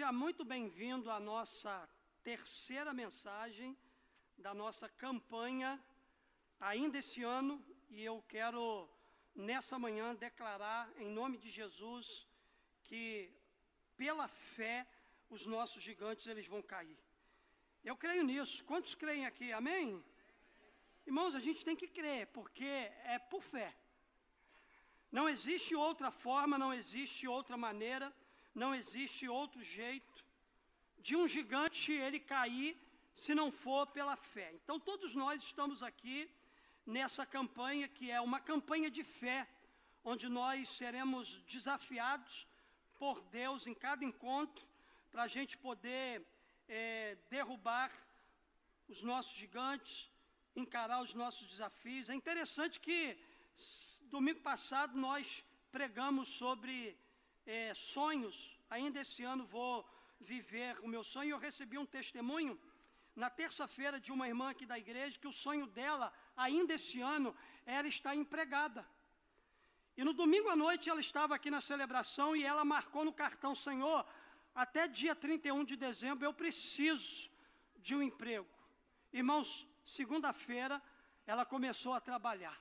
Seja muito bem-vindo à nossa terceira mensagem da nossa campanha ainda esse ano, e eu quero nessa manhã declarar em nome de Jesus que pela fé os nossos gigantes eles vão cair. Eu creio nisso. Quantos creem aqui? Amém? Irmãos, a gente tem que crer, porque é por fé. Não existe outra forma, não existe outra maneira, não existe outro jeito de um gigante ele cair se não for pela fé. Então todos nós estamos aqui nessa campanha que é uma campanha de fé, onde nós seremos desafiados por Deus em cada encontro para a gente poder derrubar os nossos gigantes, encarar os nossos desafios. É interessante que domingo passado nós pregamos sobre sonhos. Ainda esse ano vou viver o meu sonho. Eu recebi um testemunho na terça-feira de uma irmã aqui da igreja que o sonho dela, ainda esse ano, era estar empregada. E no domingo à noite ela estava aqui na celebração e ela marcou no cartão: Senhor, até dia 31 de dezembro eu preciso de um emprego. Irmãos, segunda-feira ela começou a trabalhar.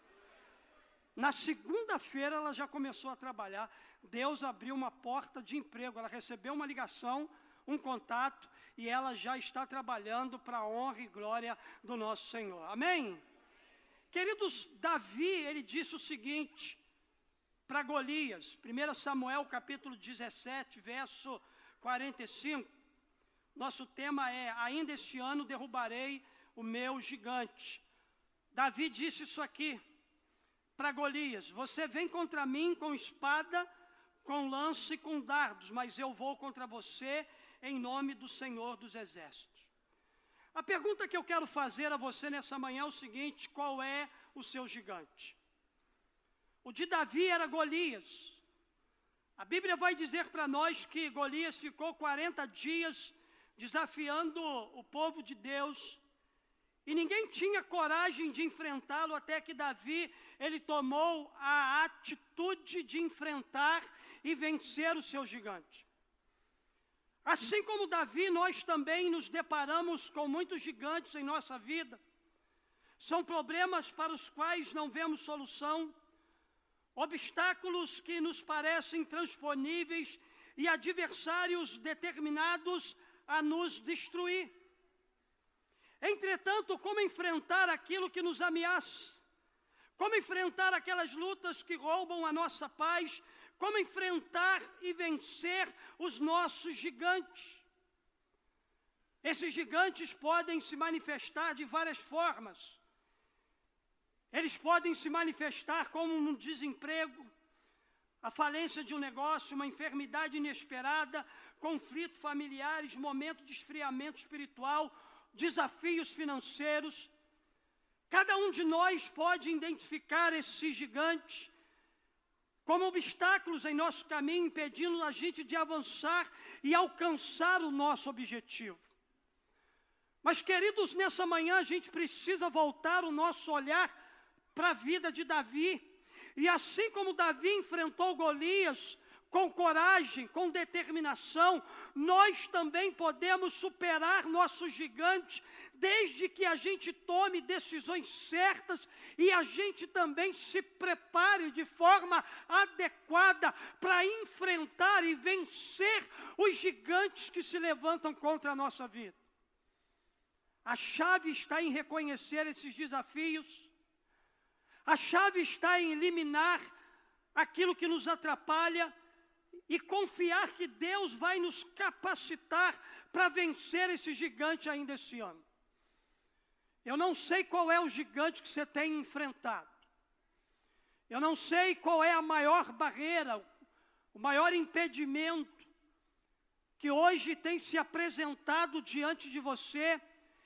Na segunda-feira ela já começou a trabalhar. Deus abriu uma porta de emprego. Ela recebeu uma ligação, um contato, e ela já está trabalhando para a honra e glória do nosso Senhor. Amém? Queridos, Davi, ele disse o seguinte para Golias, 1 Samuel capítulo 17, verso 45. Nosso tema é: ainda este ano derrubarei o meu gigante. Davi disse isso aqui para Golias: você vem contra mim com espada, com lança e com dardos, mas eu vou contra você em nome do Senhor dos Exércitos. A pergunta que eu quero fazer a você nessa manhã é o seguinte: qual é o seu gigante? O de Davi era Golias. A Bíblia vai dizer para nós que Golias ficou 40 dias desafiando o povo de Deus, e ninguém tinha coragem de enfrentá-lo, até que Davi, ele tomou a atitude de enfrentar e vencer o seu gigante. Assim como Davi, nós também nos deparamos com muitos gigantes em nossa vida. São problemas para os quais não vemos solução, obstáculos que nos parecem intransponíveis e adversários determinados a nos destruir. Entretanto, como enfrentar aquilo que nos ameaça? Como enfrentar aquelas lutas que roubam a nossa paz? Como enfrentar e vencer os nossos gigantes? Esses gigantes podem se manifestar de várias formas. Eles podem se manifestar como um desemprego, a falência de um negócio, uma enfermidade inesperada, conflitos familiares, momento de esfriamento espiritual, desafios financeiros. Cada um de nós pode identificar esses gigantes como obstáculos em nosso caminho, impedindo a gente de avançar e alcançar o nosso objetivo. Mas, queridos, nessa manhã a gente precisa voltar o nosso olhar para a vida de Davi. E assim como Davi enfrentou Golias com coragem, com determinação, nós também podemos superar nossos gigantes, desde que a gente tome decisões certas e a gente também se prepare de forma adequada para enfrentar e vencer os gigantes que se levantam contra a nossa vida. A chave está em reconhecer esses desafios. A chave está em eliminar aquilo que nos atrapalha e confiar que Deus vai nos capacitar para vencer esse gigante ainda esse ano. Eu não sei qual é o gigante que você tem enfrentado. Eu não sei qual é a maior barreira, o maior impedimento que hoje tem se apresentado diante de você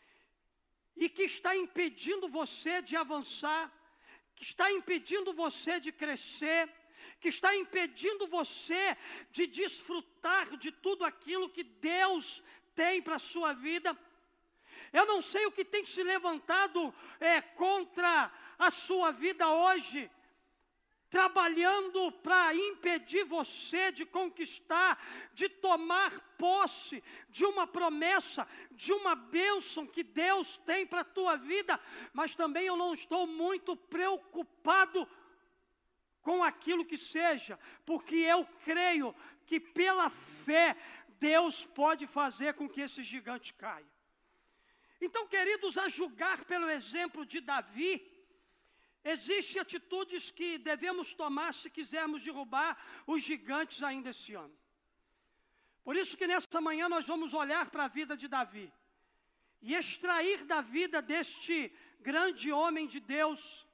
e que está impedindo você de avançar, que está impedindo você de crescer, que está impedindo você de desfrutar de tudo aquilo que Deus tem para a sua vida. Eu não sei o que tem se levantado contra a sua vida hoje, trabalhando para impedir você de conquistar, de tomar posse de uma promessa, de uma bênção que Deus tem para a tua vida, mas também eu não estou muito preocupado com aquilo que seja, porque eu creio que pela fé Deus pode fazer com que esse gigante caia. Então, queridos, a julgar pelo exemplo de Davi, existem atitudes que devemos tomar se quisermos derrubar os gigantes ainda esse ano. Por isso que nessa manhã nós vamos olhar para a vida de Davi e extrair da vida deste grande homem de Deus,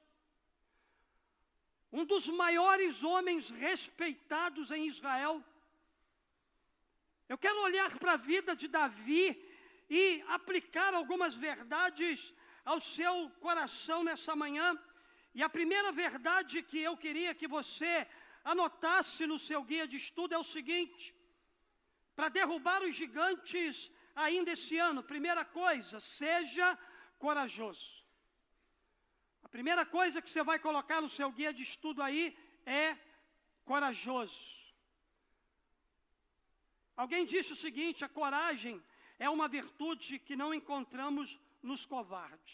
um dos maiores homens respeitados em Israel. Eu quero olhar para a vida de Davi e aplicar algumas verdades ao seu coração nessa manhã. E a primeira verdade que eu queria que você anotasse no seu guia de estudo é o seguinte: para derrubar os gigantes ainda esse ano, primeira coisa, seja corajoso. A primeira coisa que você vai colocar no seu guia de estudo aí é corajoso. Alguém disse o seguinte: a coragem é uma virtude que não encontramos nos covardes.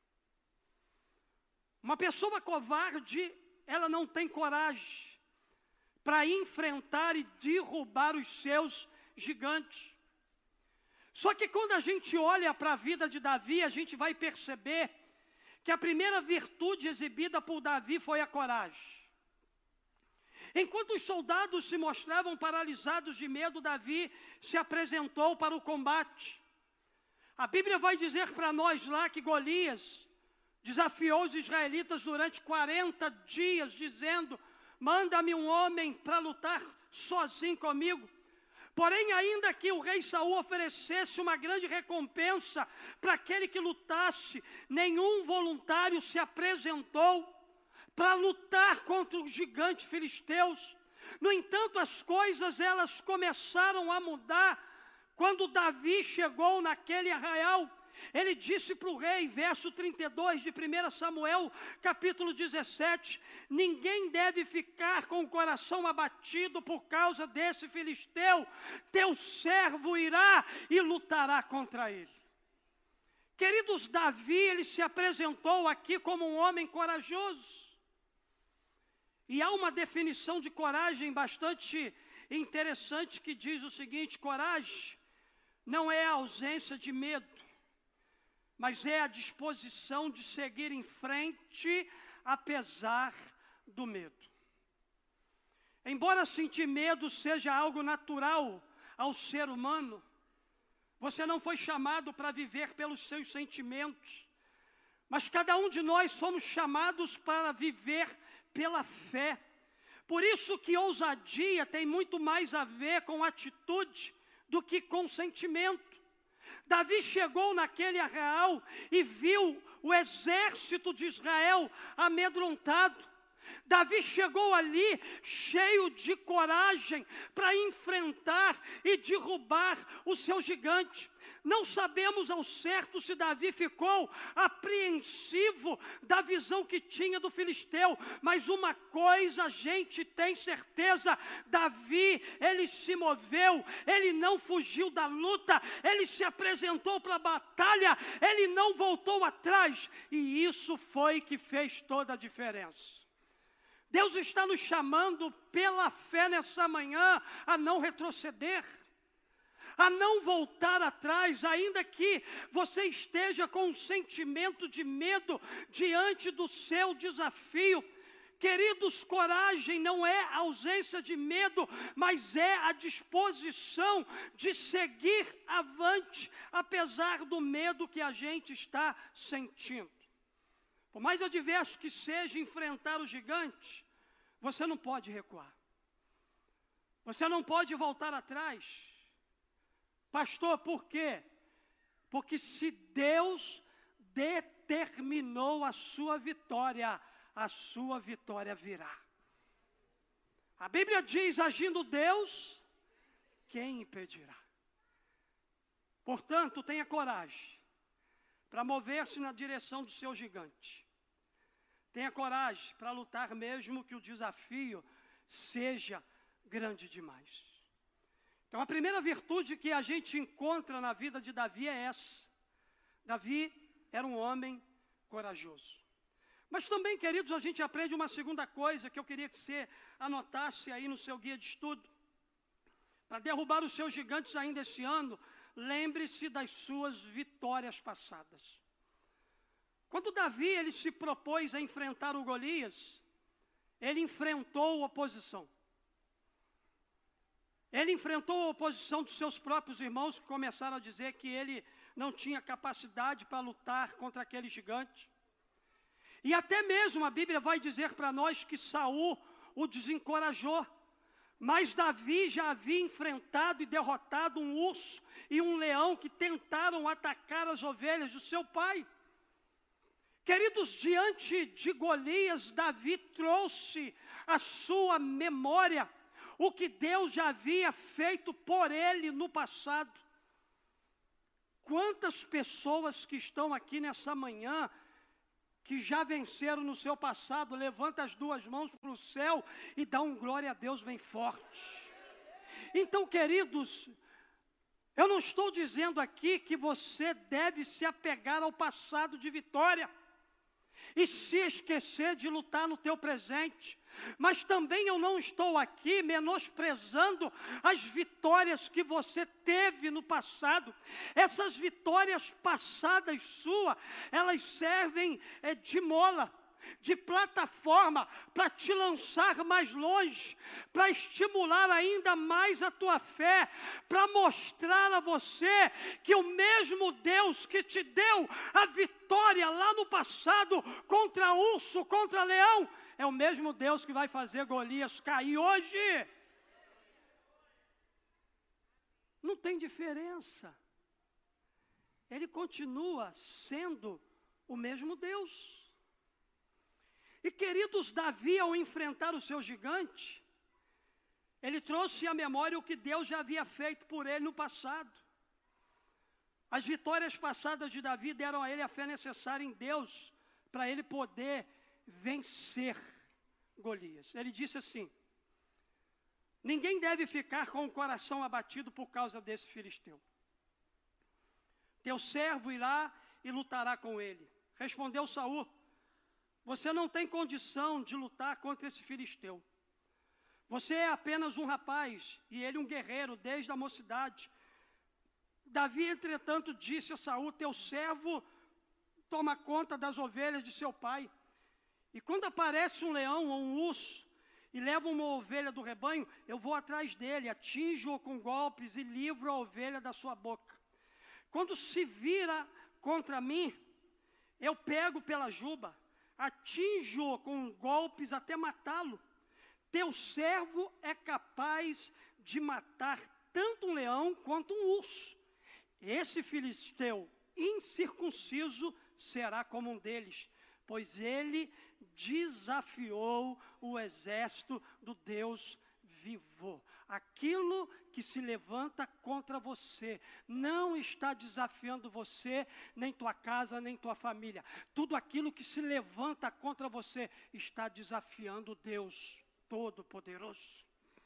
Uma pessoa covarde, ela não tem coragem para enfrentar e derrubar os seus gigantes. Só que quando a gente olha para a vida de Davi, a gente vai perceber que a primeira virtude exibida por Davi foi a coragem. Enquanto os soldados se mostravam paralisados de medo, Davi se apresentou para o combate. A Bíblia vai dizer para nós lá que Golias desafiou os israelitas durante 40 dias, dizendo: manda-me um homem para lutar sozinho comigo. Porém, ainda que o rei Saul oferecesse uma grande recompensa para aquele que lutasse, nenhum voluntário se apresentou para lutar contra os gigantes filisteus. No entanto, as coisas elas começaram a mudar quando Davi chegou naquele arraial. Ele disse para o rei, verso 32 de 1 Samuel, capítulo 17, ninguém deve ficar com o coração abatido por causa desse filisteu, teu servo irá e lutará contra ele. Queridos, Davi, ele se apresentou aqui como um homem corajoso. E há uma definição de coragem bastante interessante que diz o seguinte: coragem não é a ausência de medo, mas é a disposição de seguir em frente, apesar do medo. Embora sentir medo seja algo natural ao ser humano, você não foi chamado para viver pelos seus sentimentos, mas cada um de nós somos chamados para viver pela fé. Por isso que ousadia tem muito mais a ver com atitude do que com sentimento. Davi chegou naquele arraial e viu o exército de Israel amedrontado. Davi chegou ali cheio de coragem para enfrentar e derrubar o seu gigante. Não sabemos ao certo se Davi ficou apreensivo da visão que tinha do filisteu, mas uma coisa a gente tem certeza: Davi, ele se moveu, ele não fugiu da luta, ele se apresentou para a batalha, ele não voltou atrás, e isso foi que fez toda a diferença. Deus está nos chamando pela fé nessa manhã a não retroceder, a não voltar atrás, ainda que você esteja com um sentimento de medo diante do seu desafio. Queridos, coragem não é ausência de medo, mas é a disposição de seguir avante, apesar do medo que a gente está sentindo. Por mais adverso que seja enfrentar o gigante, você não pode recuar. Você não pode voltar atrás. Pastor, por quê? Porque se Deus determinou a sua vitória virá. A Bíblia diz: agindo Deus, quem impedirá? Portanto, tenha coragem para mover-se na direção do seu gigante. Tenha coragem para lutar mesmo que o desafio seja grande demais. Então, a primeira virtude que a gente encontra na vida de Davi é essa. Davi era um homem corajoso. Mas também, queridos, a gente aprende uma segunda coisa que eu queria que você anotasse aí no seu guia de estudo. Para derrubar os seus gigantes ainda esse ano, lembre-se das suas vitórias passadas. Quando Davi ele se propôs a enfrentar o Golias, ele enfrentou oposição. Ele enfrentou a oposição dos seus próprios irmãos, que começaram a dizer que ele não tinha capacidade para lutar contra aquele gigante. E até mesmo a Bíblia vai dizer para nós que Saul o desencorajou. Mas Davi já havia enfrentado e derrotado um urso e um leão que tentaram atacar as ovelhas do seu pai. Queridos, diante de Golias, Davi trouxe à sua memória o que Deus já havia feito por ele no passado. Quantas pessoas que estão aqui nessa manhã, que já venceram no seu passado, levanta as duas mãos para o céu e dá um glória a Deus bem forte. Então, queridos, eu não estou dizendo aqui que você deve se apegar ao passado de vitória e se esquecer de lutar no teu presente. Mas também eu não estou aqui menosprezando as vitórias que você teve no passado. Essas vitórias passadas suas, elas servem de mola, de plataforma para te lançar mais longe, para estimular ainda mais a tua fé, para mostrar a você que o mesmo Deus que te deu a vitória lá no passado contra urso, contra leão, é o mesmo Deus que vai fazer Golias cair hoje. Não tem diferença. Ele continua sendo o mesmo Deus. E queridos, Davi, ao enfrentar o seu gigante, ele trouxe à memória o que Deus já havia feito por ele no passado. As vitórias passadas de Davi deram a ele a fé necessária em Deus, para ele poder vencer Golias. Ele disse assim: ninguém deve ficar com o coração abatido por causa desse filisteu. Teu servo irá e lutará com ele. Respondeu Saul: você não tem condição de lutar contra esse filisteu. Você é apenas um rapaz e ele um guerreiro desde a mocidade. Davi, entretanto, disse a Saul: teu servo toma conta das ovelhas de seu pai. E quando aparece um leão ou um urso e leva uma ovelha do rebanho, eu vou atrás dele, atinjo-o com golpes e livro a ovelha da sua boca. Quando se vira contra mim, eu pego pela juba, atinjo-o com golpes até matá-lo. Teu servo é capaz de matar tanto um leão quanto um urso. Esse filisteu incircunciso será como um deles, pois ele desafiou o exército do Deus vivo. Aquilo que se levanta contra você não está desafiando você, nem tua casa, nem tua família. Tudo aquilo que se levanta contra você está desafiando Deus Todo-Poderoso.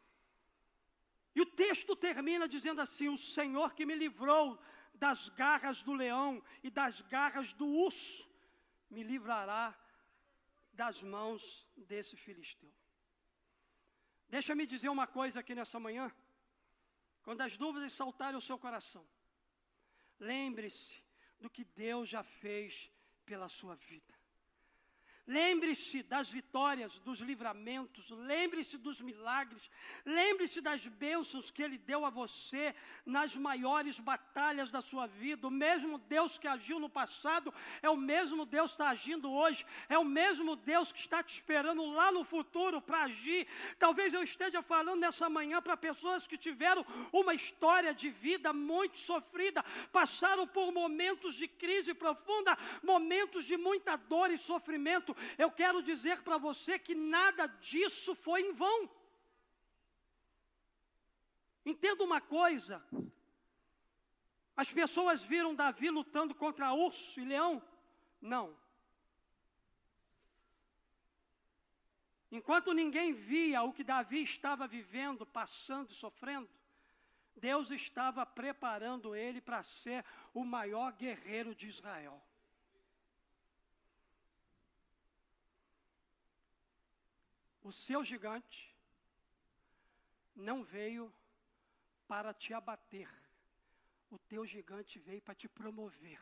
E o texto termina dizendo assim: o Senhor que me livrou das garras do leão e das garras do urso, me livrará das mãos desse filisteu. Deixa-me dizer uma coisa aqui nessa manhã. Quando as dúvidas saltarem ao seu coração, lembre-se do que Deus já fez pela sua vida. Lembre-se das vitórias, dos livramentos, lembre-se dos milagres, lembre-se das bênçãos que Ele deu a você nas maiores batalhas da sua vida. O mesmo Deus que agiu no passado é o mesmo Deus que está agindo hoje, é o mesmo Deus que está te esperando lá no futuro para agir. Talvez eu esteja falando nessa manhã para pessoas que tiveram uma história de vida muito sofrida, passaram por momentos de crise profunda, momentos de muita dor e sofrimento. Eu quero dizer para você que nada disso foi em vão. Entenda uma coisa: as pessoas viram Davi lutando contra urso e leão? Não. Enquanto ninguém via o que Davi estava vivendo, passando e sofrendo, Deus estava preparando ele para ser o maior guerreiro de Israel. O seu gigante não veio para te abater. O teu gigante veio para te promover.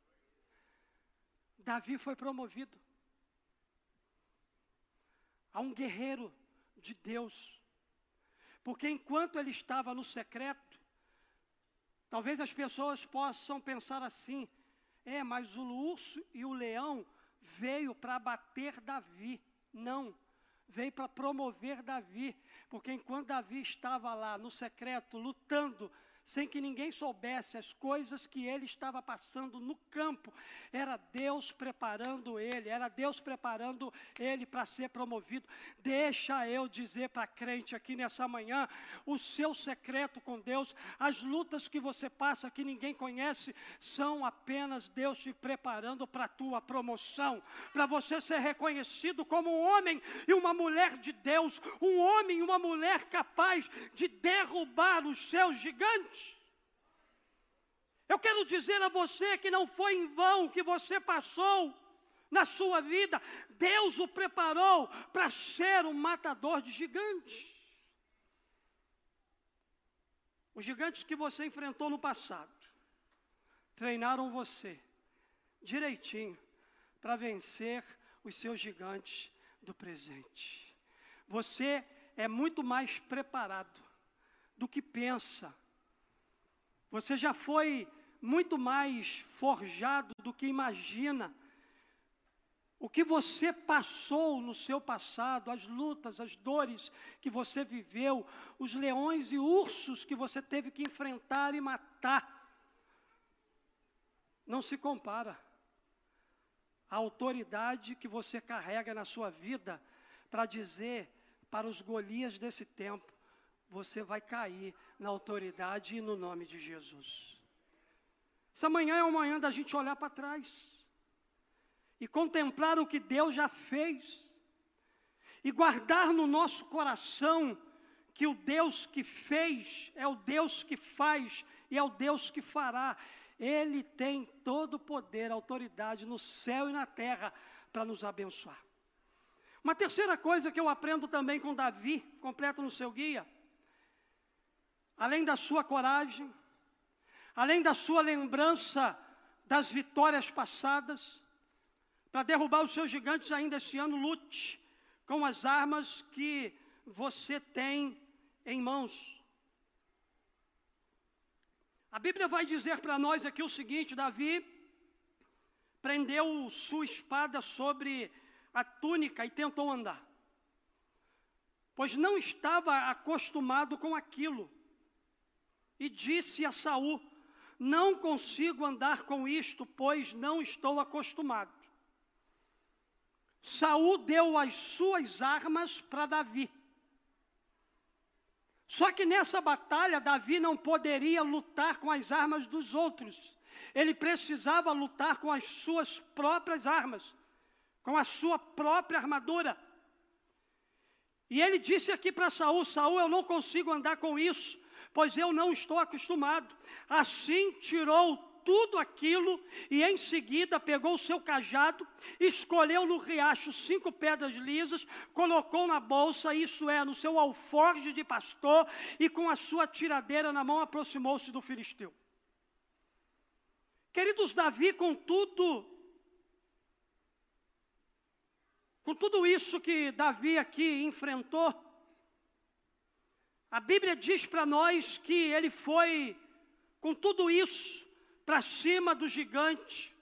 Davi foi promovido a um guerreiro de Deus. Porque enquanto ele estava no secreto, talvez as pessoas possam pensar assim: mas o urso e o leão veio para abater Davi. Não, veio para promover Davi. Porque enquanto Davi estava lá no secreto, lutando, sem que ninguém soubesse as coisas que ele estava passando no campo, era Deus preparando ele para ser promovido. Deixa eu dizer para crente aqui nessa manhã, o seu secreto com Deus, as lutas que você passa que ninguém conhece, são apenas Deus te preparando para a tua promoção, para você ser reconhecido como um homem e uma mulher de Deus, um homem e uma mulher capaz de derrubar os seus gigantes. Eu quero dizer a você que não foi em vão que você passou na sua vida. Deus o preparou para ser um matador de gigantes. Os gigantes que você enfrentou no passado treinaram você direitinho para vencer os seus gigantes do presente. Você é muito mais preparado do que pensa. Você já foi muito mais forjado do que imagina. O que você passou no seu passado, as lutas, as dores que você viveu, os leões e ursos que você teve que enfrentar e matar, não se compara à autoridade que você carrega na sua vida para dizer para os Golias desse tempo: você vai cair na autoridade e no nome de Jesus. Essa manhã é uma manhã da gente olhar para trás e contemplar o que Deus já fez e guardar no nosso coração que o Deus que fez é o Deus que faz e é o Deus que fará. Ele tem todo o poder, autoridade no céu e na terra para nos abençoar. Uma terceira coisa que eu aprendo também com Davi, completa no seu guia: além da sua coragem, além da sua lembrança das vitórias passadas, para derrubar os seus gigantes ainda esse ano, lute com as armas que você tem em mãos. A Bíblia vai dizer para nós aqui o seguinte: Davi prendeu sua espada sobre a túnica e tentou andar, pois não estava acostumado com aquilo. E disse a Saul: não consigo andar com isto, pois não estou acostumado. Saul deu as suas armas para Davi. Só que nessa batalha, Davi não poderia lutar com as armas dos outros. Ele precisava lutar com as suas próprias armas, com a sua própria armadura. E ele disse aqui para Saul: Saul, eu não consigo andar com isso, pois eu não estou acostumado. Assim tirou tudo aquilo e em seguida pegou o seu cajado, escolheu no riacho 5 pedras lisas, colocou na bolsa, isso é, no seu alforje de pastor, e com a sua tiradeira na mão aproximou-se do filisteu. Queridos, Davi, com tudo isso que Davi aqui enfrentou, a Bíblia diz para nós que ele foi com tudo isso para cima do gigante,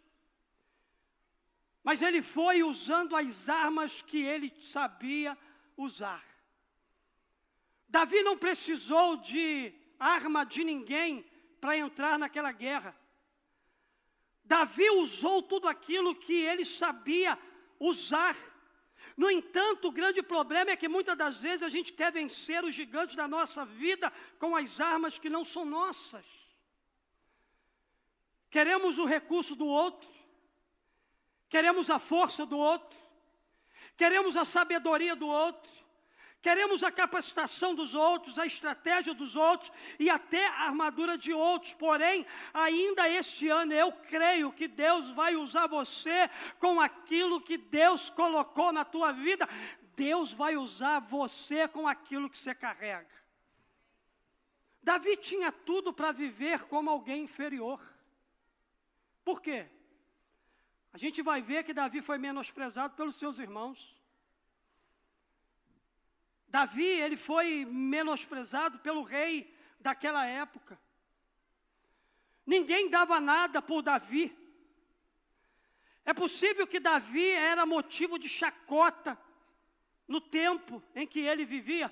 mas ele foi usando as armas que ele sabia usar. Davi não precisou de arma de ninguém para entrar naquela guerra. Davi usou tudo aquilo que ele sabia usar. No entanto, o grande problema é que muitas das vezes a gente quer vencer os gigantes da nossa vida com as armas que não são nossas. Queremos o recurso do outro, queremos a força do outro, queremos a sabedoria do outro, queremos a capacitação dos outros, a estratégia dos outros e até a armadura de outros. Porém, ainda este ano eu creio que Deus vai usar você com aquilo que Deus colocou na tua vida. Deus vai usar você com aquilo que você carrega. Davi tinha tudo para viver como alguém inferior. Por quê? A gente vai ver que Davi foi menosprezado pelos seus irmãos. Davi, ele foi menosprezado pelo rei daquela época. Ninguém dava nada por Davi. É possível que Davi era motivo de chacota no tempo em que ele vivia.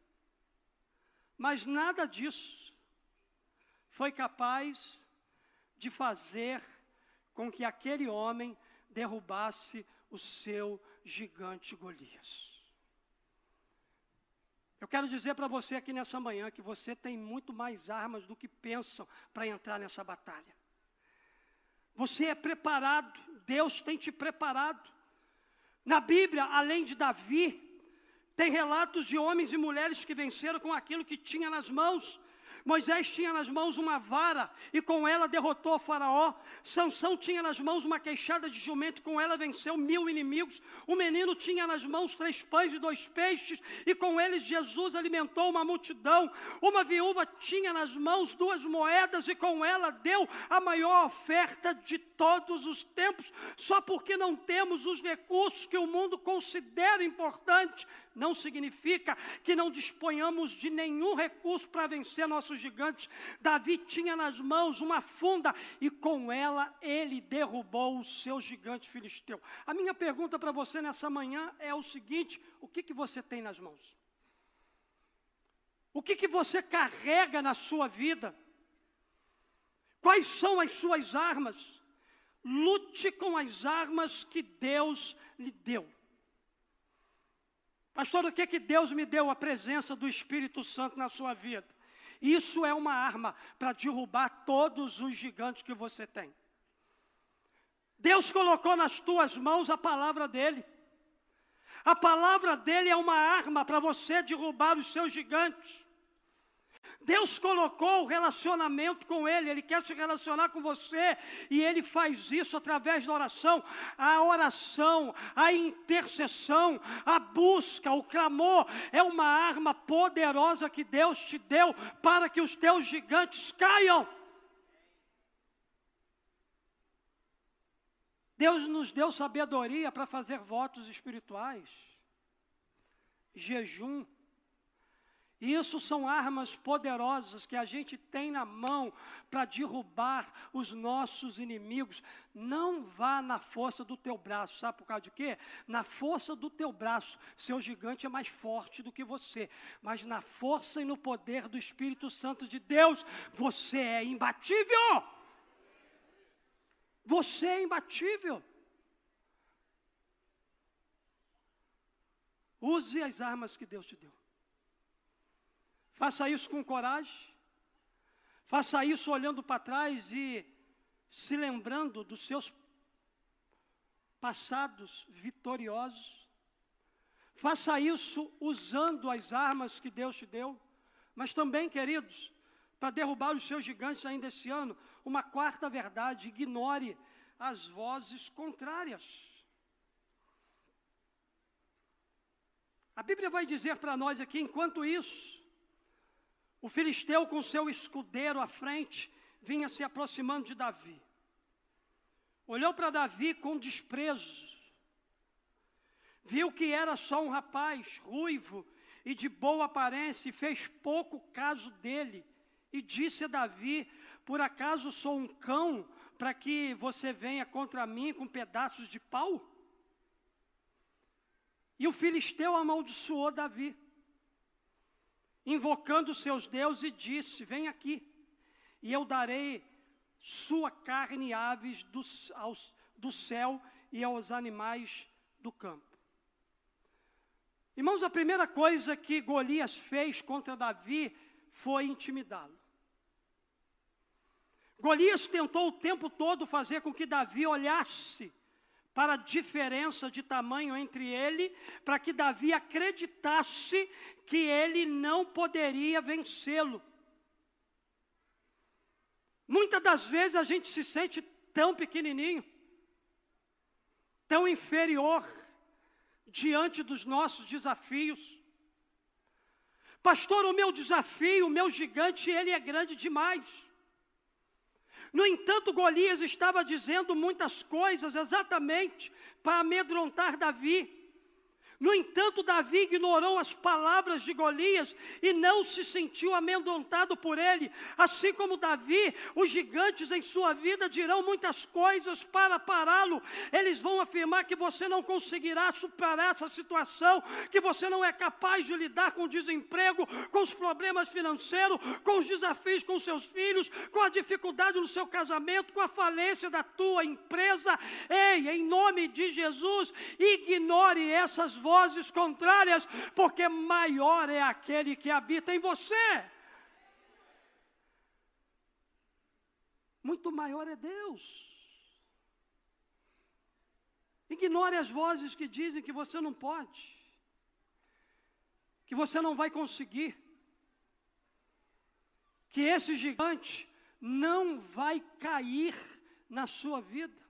Mas nada disso foi capaz de fazer com que aquele homem derrubasse o seu gigante Golias. Eu quero dizer para você aqui nessa manhã que você tem muito mais armas do que pensam para entrar nessa batalha. Você é preparado, Deus tem te preparado. Na Bíblia, além de Davi, tem relatos de homens e mulheres que venceram com aquilo que tinha nas mãos. Moisés tinha nas mãos uma vara e com ela derrotou o faraó. Sansão tinha nas mãos uma queixada de jumento e com ela venceu 1000 inimigos. O menino tinha nas mãos 3 pães e 2 peixes e com eles Jesus alimentou uma multidão. Uma viúva tinha nas mãos 2 moedas e com ela deu a maior oferta de todos os tempos. Só porque não temos os recursos que o mundo considera importante, não significa que não disponhamos de nenhum recurso para vencer nossos gigantes. Davi tinha nas mãos uma funda e com ela ele derrubou o seu gigante filisteu. A minha pergunta para você nessa manhã é o seguinte: o que você tem nas mãos? O que você carrega na sua vida? Quais são as suas armas? Lute com as armas que Deus lhe deu. Pastor, o que Deus me deu? A presença do Espírito Santo na sua vida. Isso é uma arma para derrubar todos os gigantes que você tem. Deus colocou nas tuas mãos a palavra dEle. A palavra dEle é uma arma para você derrubar os seus gigantes. Deus colocou o relacionamento com Ele, Ele quer se relacionar com você, e Ele faz isso através da oração. A oração, a intercessão, a busca, o clamor, é uma arma poderosa que Deus te deu para que os teus gigantes caiam. Deus nos deu sabedoria para fazer votos espirituais, jejum. Isso são armas poderosas que a gente tem na mão para derrubar os nossos inimigos. Não vá na força do teu braço, sabe por causa de quê? Na força do teu braço, seu gigante é mais forte do que você. Mas na força e no poder do Espírito Santo de Deus, você é imbatível. Você é imbatível. Use as armas que Deus te deu. Faça isso com coragem. Faça isso olhando para trás e se lembrando dos seus passados vitoriosos. Faça isso usando as armas que Deus te deu. Mas também, queridos, para derrubar os seus gigantes ainda esse ano, uma quarta verdade: ignore as vozes contrárias. A Bíblia vai dizer para nós aqui, enquanto isso, o filisteu com seu escudeiro à frente vinha se aproximando de Davi. Olhou para Davi com desprezo. Viu que era só um rapaz ruivo e de boa aparência e fez pouco caso dele. E disse a Davi: por acaso sou um cão para que você venha contra mim com pedaços de pau? E o filisteu amaldiçoou Davi, invocando os seus deuses, e disse: vem aqui, e eu darei sua carne a aves do céu e aos animais do campo. Irmãos, a primeira coisa que Golias fez contra Davi foi intimidá-lo. Golias tentou o tempo todo fazer com que Davi olhasse para a diferença de tamanho entre ele, para que Davi acreditasse que ele não poderia vencê-lo. Muitas das vezes a gente se sente tão pequenininho, tão inferior diante dos nossos desafios. Pastor, o meu desafio, o meu gigante, ele é grande demais. No entanto, Golias estava dizendo muitas coisas exatamente para amedrontar Davi. No entanto, Davi ignorou as palavras de Golias e não se sentiu amedrontado por ele. Assim como Davi, os gigantes em sua vida dirão muitas coisas para pará-lo. Eles vão afirmar que você não conseguirá superar essa situação, que você não é capaz de lidar com o desemprego, com os problemas financeiros, com os desafios com seus filhos, com a dificuldade no seu casamento, com a falência da tua empresa. Ei, em nome de Jesus, ignore essas vozes contrárias, porque maior é aquele que habita em você. Muito maior é Deus. Ignore as vozes que dizem que você não pode, que você não vai conseguir, que esse gigante não vai cair na sua vida.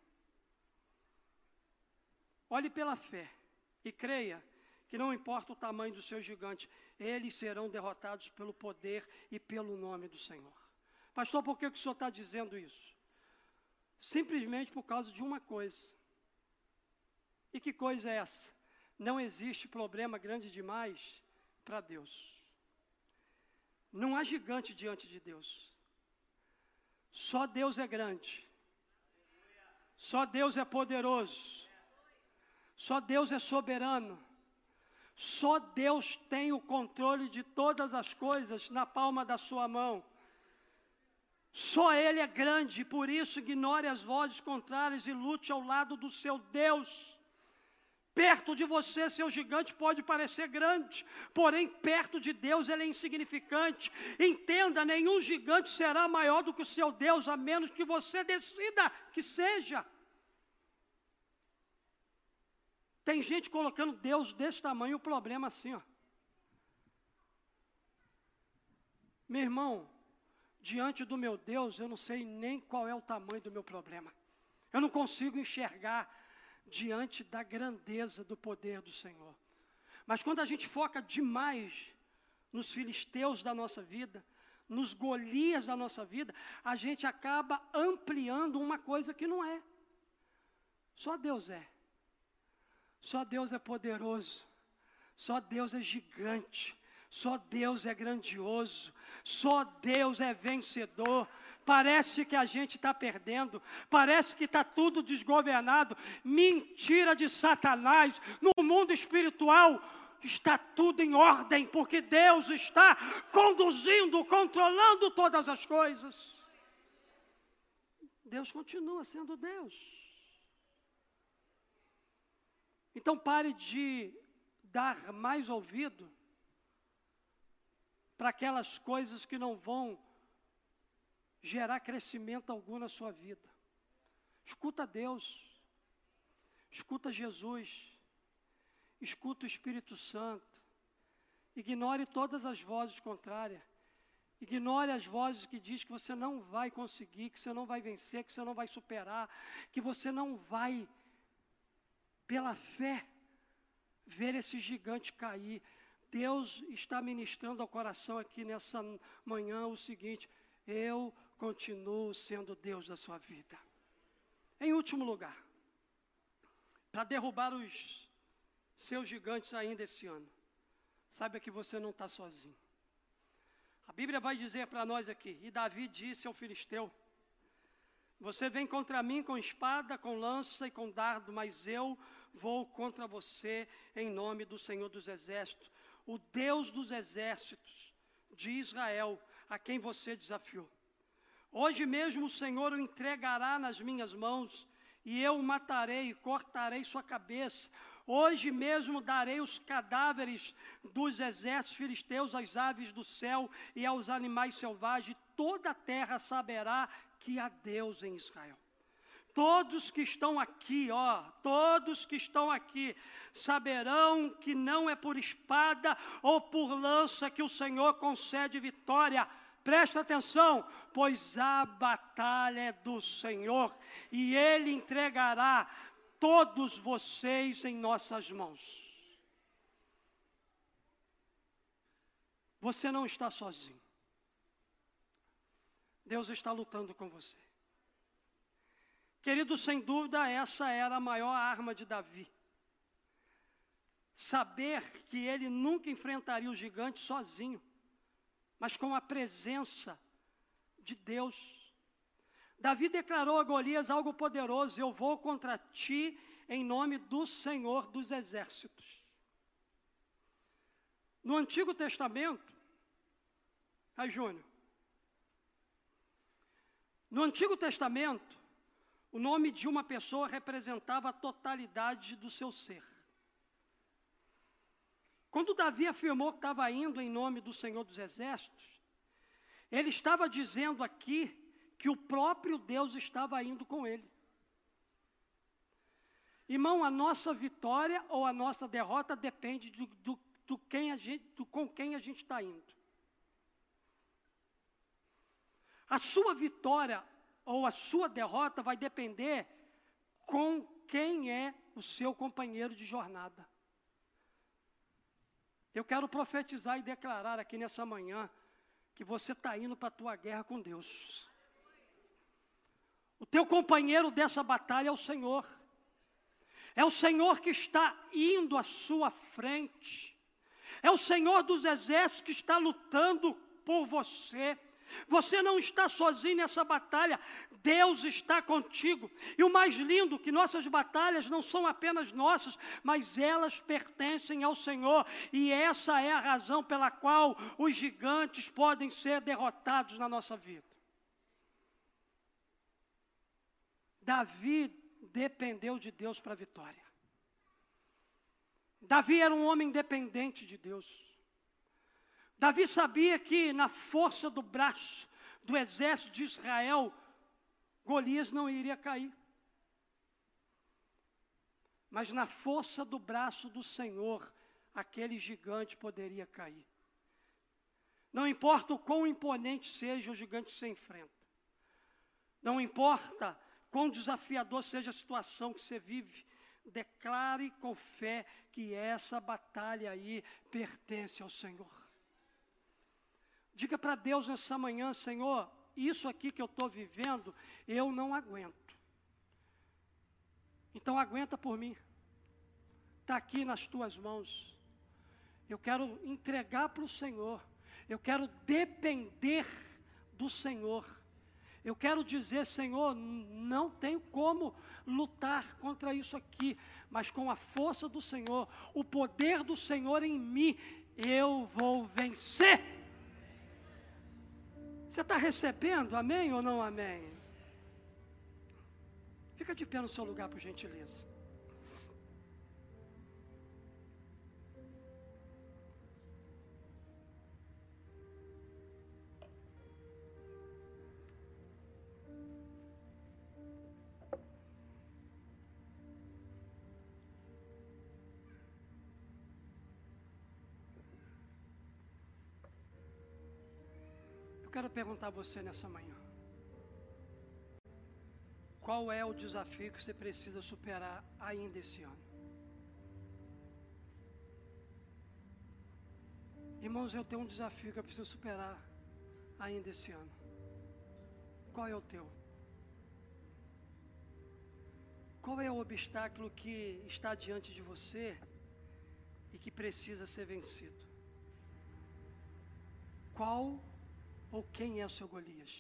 Olhe pela fé e creia que não importa o tamanho do seu gigante, eles serão derrotados pelo poder e pelo nome do Senhor. Pastor, por que o senhor está dizendo isso? Simplesmente por causa de uma coisa. E que coisa é essa? Não existe problema grande demais para Deus. Não há gigante diante de Deus. Só Deus é grande. Só Deus é poderoso. Só Deus é soberano. Só Deus tem o controle de todas as coisas na palma da sua mão. Só Ele é grande, por isso ignore as vozes contrárias e lute ao lado do seu Deus. Perto de você, seu gigante pode parecer grande, porém perto de Deus ele é insignificante. Entenda, nenhum gigante será maior do que o seu Deus, a menos que você decida que seja. Tem gente colocando Deus desse tamanho, o problema assim, ó. Meu irmão, diante do meu Deus, eu não sei nem qual é o tamanho do meu problema. Eu não consigo enxergar diante da grandeza do poder do Senhor. Mas quando a gente foca demais nos filisteus da nossa vida, nos Golias da nossa vida, a gente acaba ampliando uma coisa que não é. Só Deus é. Só Deus é poderoso, só Deus é gigante, só Deus é grandioso, só Deus é vencedor. Parece que a gente está perdendo, parece que está tudo desgovernado. Mentira de Satanás. No mundo espiritual está tudo em ordem, porque Deus está conduzindo, controlando todas as coisas. Deus continua sendo Deus. Então pare de dar mais ouvido para aquelas coisas que não vão gerar crescimento algum na sua vida. Escuta Deus, escuta Jesus, escuta o Espírito Santo. Ignore todas as vozes contrárias. Ignore as vozes que dizem que você não vai conseguir, que você não vai vencer, que você não vai superar, que você não vai, pela fé, ver esse gigante cair. Deus está ministrando ao coração aqui nessa manhã o seguinte: eu continuo sendo Deus da sua vida. Em último lugar, para derrubar os seus gigantes ainda esse ano, saiba que você não está sozinho. A Bíblia vai dizer para nós aqui: e Davi disse ao filisteu: você vem contra mim com espada, com lança e com dardo, mas eu vou contra você em nome do Senhor dos Exércitos, o Deus dos exércitos de Israel, a quem você desafiou. Hoje mesmo o Senhor o entregará nas minhas mãos, e eu o matarei e cortarei sua cabeça. Hoje mesmo darei os cadáveres dos exércitos filisteus às aves do céu e aos animais selvagens. Toda a terra saberá que há Deus em Israel. todos que estão aqui, todos que estão aqui, saberão que não é por espada ou por lança que o Senhor concede vitória. Presta atenção, pois a batalha é do Senhor, e Ele entregará todos vocês em nossas mãos. Você não está sozinho. Deus está lutando com você. Querido, sem dúvida, essa era a maior arma de Davi. Saber que ele nunca enfrentaria o gigante sozinho, mas com a presença de Deus. Davi declarou a Golias algo poderoso: eu vou contra ti em nome do Senhor dos Exércitos. No Antigo Testamento, Júnior, no Antigo Testamento, o nome de uma pessoa representava a totalidade do seu ser. Quando Davi afirmou que estava indo em nome do Senhor dos Exércitos, ele estava dizendo aqui que o próprio Deus estava indo com ele. Irmão, a nossa vitória ou a nossa derrota depende com quem a gente está indo. A sua vitória ou a sua derrota vai depender com quem é o seu companheiro de jornada. Eu quero profetizar e declarar aqui nessa manhã que você está indo para a tua guerra com Deus. O teu companheiro dessa batalha é o Senhor. É o Senhor que está indo à sua frente. É o Senhor dos exércitos que está lutando por você. Você não está sozinho nessa batalha, Deus está contigo. E o mais lindo, que nossas batalhas não são apenas nossas, mas elas pertencem ao Senhor. E essa é a razão pela qual os gigantes podem ser derrotados na nossa vida. Davi dependeu de Deus para a vitória. Davi era um homem dependente de Deus. Davi sabia que na força do braço do exército de Israel, Golias não iria cair. Mas na força do braço do Senhor, aquele gigante poderia cair. Não importa o quão imponente seja o gigante que você enfrenta. Não importa quão desafiador seja a situação que você vive. Declare com fé que essa batalha aí pertence ao Senhor. Diga para Deus nessa manhã: Senhor, isso aqui que eu estou vivendo, eu não aguento. Então aguenta por mim. Está aqui nas tuas mãos. Eu quero entregar para o Senhor. Eu quero depender do Senhor. Eu quero dizer: Senhor, não tenho como lutar contra isso aqui, mas com a força do Senhor, o poder do Senhor em mim, eu vou vencer. Você está recebendo, amém ou não amém? Fica de pé no seu lugar, por gentileza. Eu quero perguntar a você nessa manhã: qual é o desafio que você precisa superar ainda esse ano? Irmãos, eu tenho um desafio que eu preciso superar ainda esse ano. Qual é o teu? Qual é o obstáculo que está diante de você e que precisa ser vencido? Qual ou quem é o seu Golias?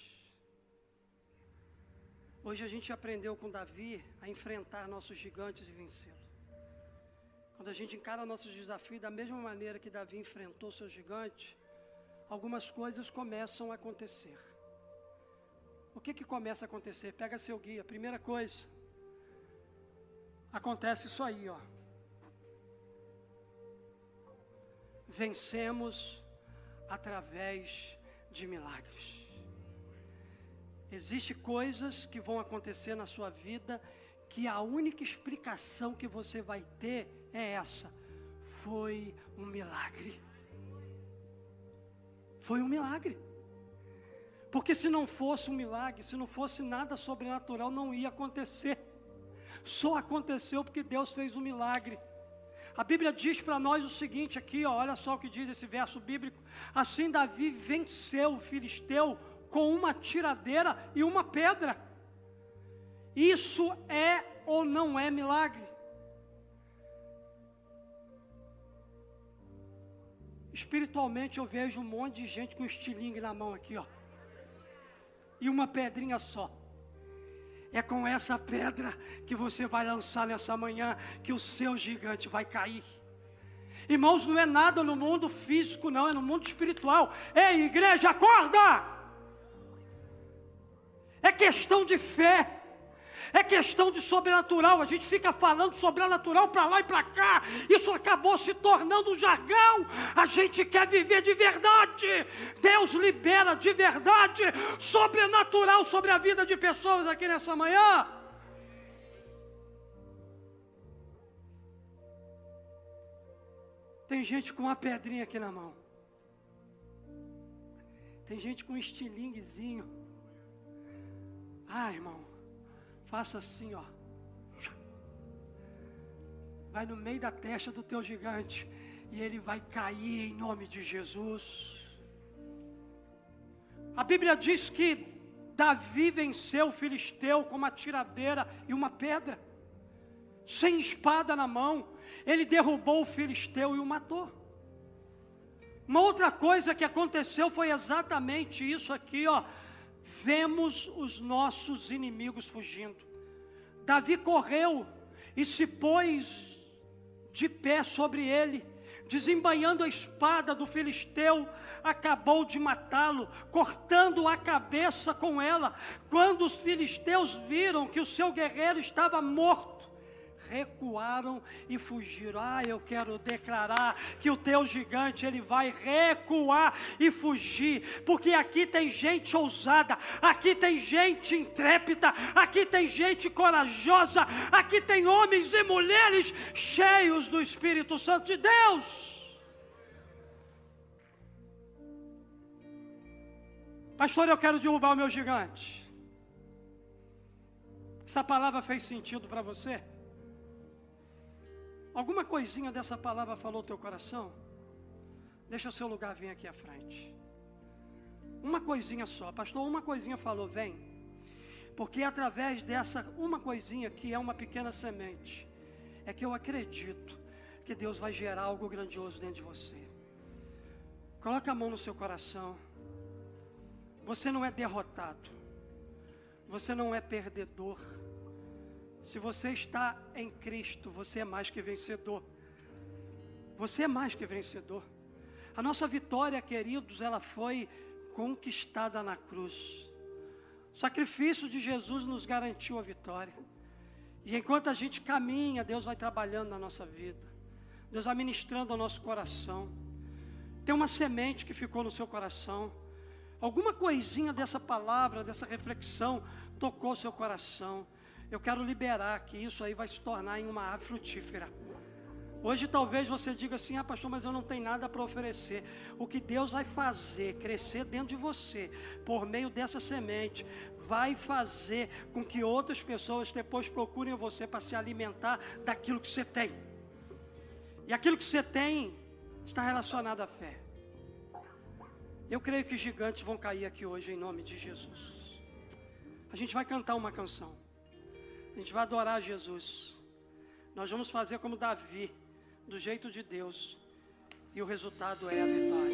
Hoje a gente aprendeu com Davi a enfrentar nossos gigantes e vencê-lo. Quando a gente encara nossos desafios da mesma maneira que Davi enfrentou seu gigante, algumas coisas começam a acontecer. O que começa a acontecer? Pega seu guia. Primeira coisa, acontece isso aí, ó. Vencemos através de milagres. Existem coisas que vão acontecer na sua vida que a única explicação que você vai ter é essa: foi um milagre. Foi um milagre. Porque se não fosse um milagre, se não fosse nada sobrenatural, não ia acontecer. Só aconteceu porque Deus fez um milagre. A Bíblia diz para nós o seguinte aqui, ó, olha só o que diz esse verso bíblico. Assim Davi venceu o filisteu com uma tiradeira e uma pedra. Isso é ou não é milagre? Espiritualmente eu vejo um monte de gente com estilingue na mão aqui, ó. E uma pedrinha só. É com essa pedra que você vai lançar nessa manhã que o seu gigante vai cair. Irmãos, não é nada no mundo físico não, é no mundo espiritual. Ei, igreja, acorda! É questão de fé. É questão de sobrenatural. A gente fica falando sobrenatural para lá e para cá. Isso acabou se tornando um jargão. A gente quer viver de verdade. Deus libera de verdade sobrenatural sobre a vida de pessoas aqui nessa manhã. Tem gente com uma pedrinha aqui na mão. Tem gente com um estilinguezinho. Ah, irmão, faça assim, ó. Vai no meio da testa do teu gigante e ele vai cair em nome de Jesus. A Bíblia diz que Davi venceu o filisteu com uma tiradeira e uma pedra, sem espada na mão. Ele derrubou o filisteu e o matou. Uma outra coisa que aconteceu foi exatamente isso aqui, ó. Vemos os nossos inimigos fugindo. Davi correu e se pôs de pé sobre ele, desembainhando a espada do filisteu, acabou de matá-lo, cortando a cabeça com ela. Quando os filisteus viram que o seu guerreiro estava morto, recuaram e fugiram. Ah, eu quero declarar que o teu gigante, ele vai recuar e fugir, porque aqui tem gente ousada, aqui tem gente intrépida, aqui tem gente corajosa, aqui tem homens e mulheres cheios do Espírito Santo de Deus. Pastor, eu quero derrubar o meu gigante. Essa palavra fez sentido para você? Alguma coisinha dessa palavra falou teu coração? Deixa o seu lugar vir aqui à frente. Uma coisinha só, pastor, uma coisinha falou, vem. Porque através dessa uma coisinha que é uma pequena semente, é que eu acredito que Deus vai gerar algo grandioso dentro de você. Coloca a mão no seu coração. Você não é derrotado. Você não é perdedor. Se você está em Cristo, você é mais que vencedor. Você é mais que vencedor. A nossa vitória, queridos, ela foi conquistada na cruz. O sacrifício de Jesus nos garantiu a vitória. E enquanto a gente caminha, Deus vai trabalhando na nossa vida. Deus vai ministrando ao nosso coração. Tem uma semente que ficou no seu coração. Alguma coisinha dessa palavra, dessa reflexão, tocou seu coração. Eu quero liberar que isso aí vai se tornar em uma árvore frutífera. Hoje talvez você diga assim, pastor, mas eu não tenho nada para oferecer. O que Deus vai fazer crescer dentro de você, por meio dessa semente, vai fazer com que outras pessoas depois procurem você para se alimentar daquilo que você tem. E aquilo que você tem está relacionado à fé. Eu creio que gigantes vão cair aqui hoje em nome de Jesus. A gente vai cantar uma canção. A gente vai adorar Jesus. Nós vamos fazer como Davi, do jeito de Deus. E o resultado é a vitória.